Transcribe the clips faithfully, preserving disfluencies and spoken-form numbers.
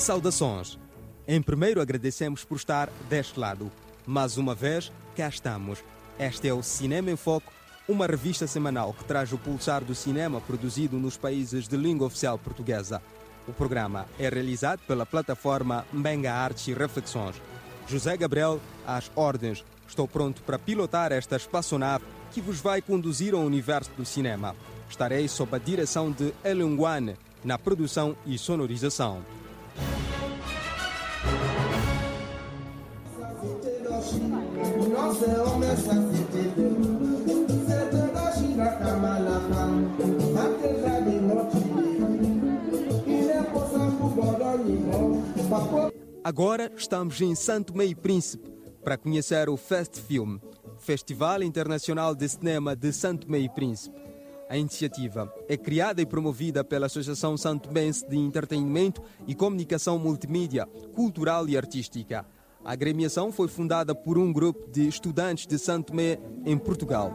Saudações! Em primeiro agradecemos por estar deste lado. Mais uma vez, cá estamos. Este é o Cinema em Foco, uma revista semanal que traz o pulsar do cinema produzido nos países de língua oficial portuguesa. O programa é realizado pela plataforma Mbenga Artes e Reflexões. José Gabriel, às ordens. Estou pronto para pilotar esta espaçonave que vos vai conduzir ao universo do cinema. Estarei sob a direção de Elunguane na produção e sonorização. Agora estamos em Santo Tomé e Príncipe para conhecer o Fest Film, Festival Internacional de Cinema de Santo Tomé e Príncipe. A iniciativa é criada e promovida pela Associação Santo Tomense de Entretenimento e Comunicação Multimídia, Cultural e Artística. A agremiação foi fundada por um grupo de estudantes de Santo Tomé, em Portugal.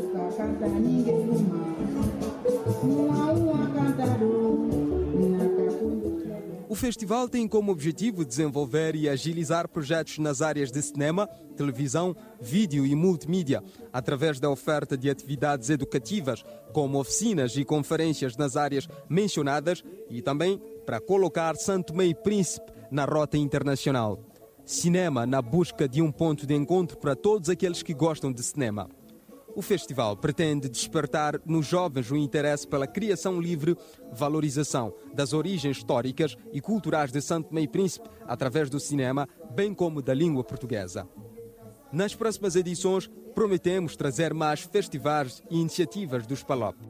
O festival tem como objetivo desenvolver e agilizar projetos nas áreas de cinema, televisão, vídeo e multimídia, através da oferta de atividades educativas, como oficinas e conferências nas áreas mencionadas e também para colocar Santo Tomé e Príncipe na rota internacional. Cinema na busca de um ponto de encontro para todos aqueles que gostam de cinema. O festival pretende despertar nos jovens o interesse pela criação livre, valorização das origens históricas e culturais de Santo Tomé e Príncipe através do cinema, bem como da língua portuguesa. Nas próximas edições, prometemos trazer mais festivais e iniciativas dos P A L O P.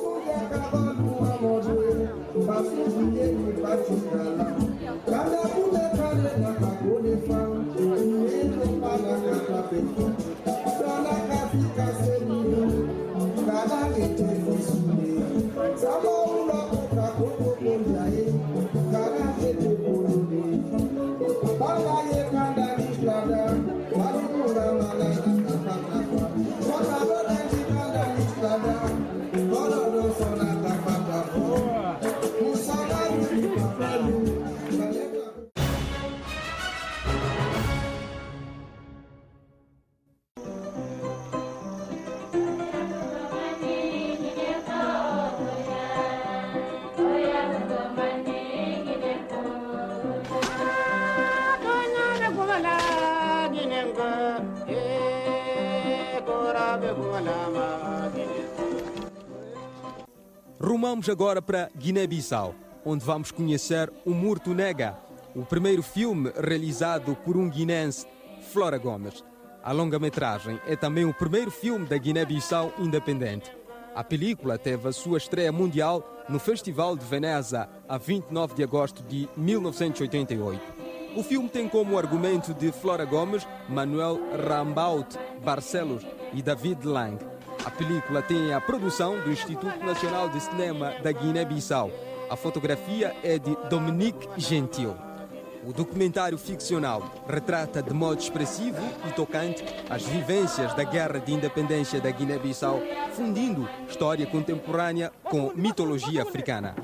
Rumamos agora para Guiné-Bissau, onde vamos conhecer o Murto Nega, o primeiro filme realizado por um guinense, Flora Gomes. A longa-metragem é também o primeiro filme da Guiné-Bissau independente. A película teve a sua estreia mundial no Festival de Veneza, a vinte e nove de agosto de mil novecentos e oitenta e oito. O filme tem como argumento de Flora Gomes, Manuel Rambaut Barcelos e David Lang. A película tem a produção do Instituto Nacional de Cinema da Guiné-Bissau. A fotografia é de Dominique Gentil. O documentário ficcional retrata de modo expressivo e tocante as vivências da Guerra de Independência da Guiné-Bissau, fundindo história contemporânea com mitologia africana.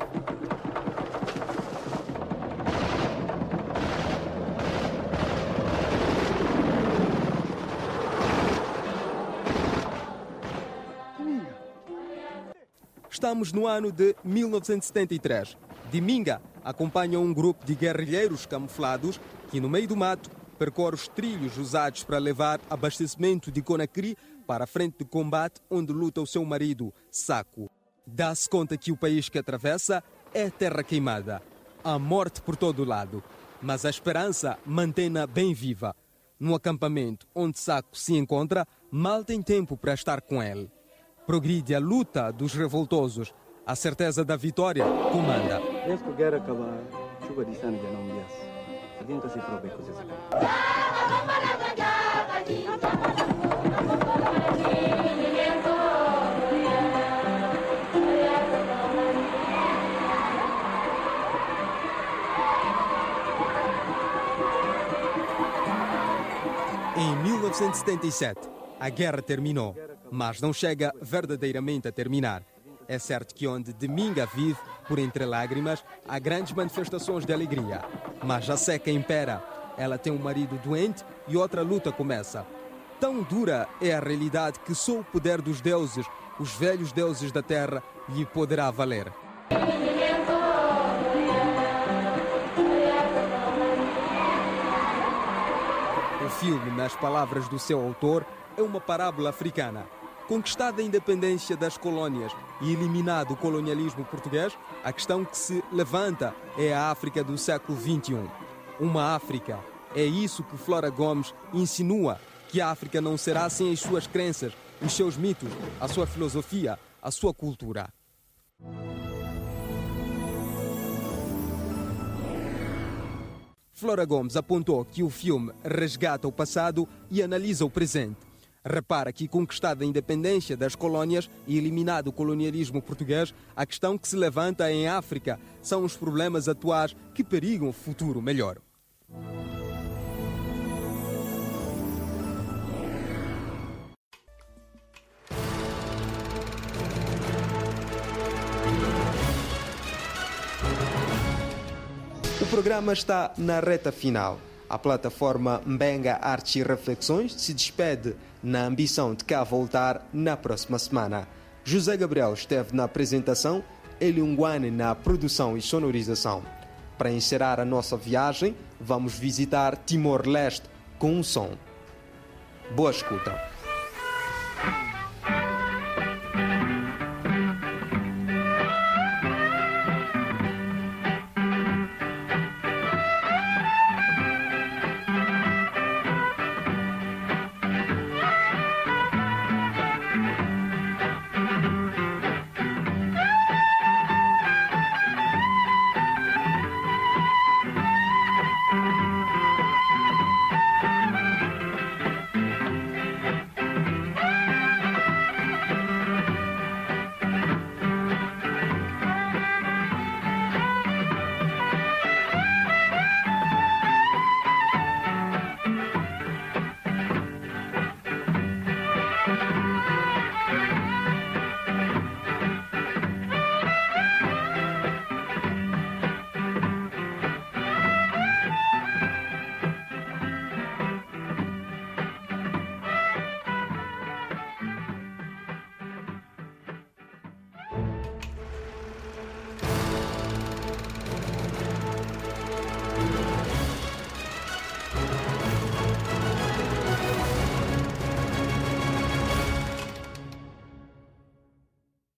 Estamos no ano de mil novecentos e setenta e três. Diminga acompanha um grupo de guerrilheiros camuflados que, no meio do mato, percorre os trilhos usados para levar abastecimento de Conakry para a frente de combate onde luta o seu marido, Saco. Dá-se conta que o país que atravessa é terra queimada. Há morte por todo o lado, mas a esperança mantém-na bem viva. No acampamento onde Saco se encontra, mal tem tempo para estar com ele. Progride a luta dos revoltosos. A certeza da vitória comanda. Desde que a guerra acabar, chuva de sangue já não me desce. Alguém se prova coisas aqui. Em mil novecentos e setenta e sete, a guerra terminou, mas não chega verdadeiramente a terminar. É certo que onde Dominga vive, por entre lágrimas, há grandes manifestações de alegria. Mas a seca impera. Ela tem um marido doente e outra luta começa. Tão dura é a realidade que só o poder dos deuses, os velhos deuses da terra, lhe poderá valer. O filme, nas palavras do seu autor, é uma parábola africana. Conquistada a independência das colônias e eliminado o colonialismo português, a questão que se levanta é a África do século vinte e um. Uma África. É isso que Flora Gomes insinua, que a África não será sem as suas crenças, os seus mitos, a sua filosofia, a sua cultura. Flora Gomes apontou que o filme resgata o passado e analisa o presente. Repara que, conquistada a independência das colônias e eliminado o colonialismo português, a questão que se levanta em África são os problemas atuais que perigam o futuro melhor. O programa está na reta final. A plataforma Mbenga Artes e Reflexões se despede na ambição de cá voltar na próxima semana. José Gabriel esteve na apresentação, Eliunguane na produção e sonorização. Para encerrar a nossa viagem, vamos visitar Timor-Leste com um som. Boa escuta.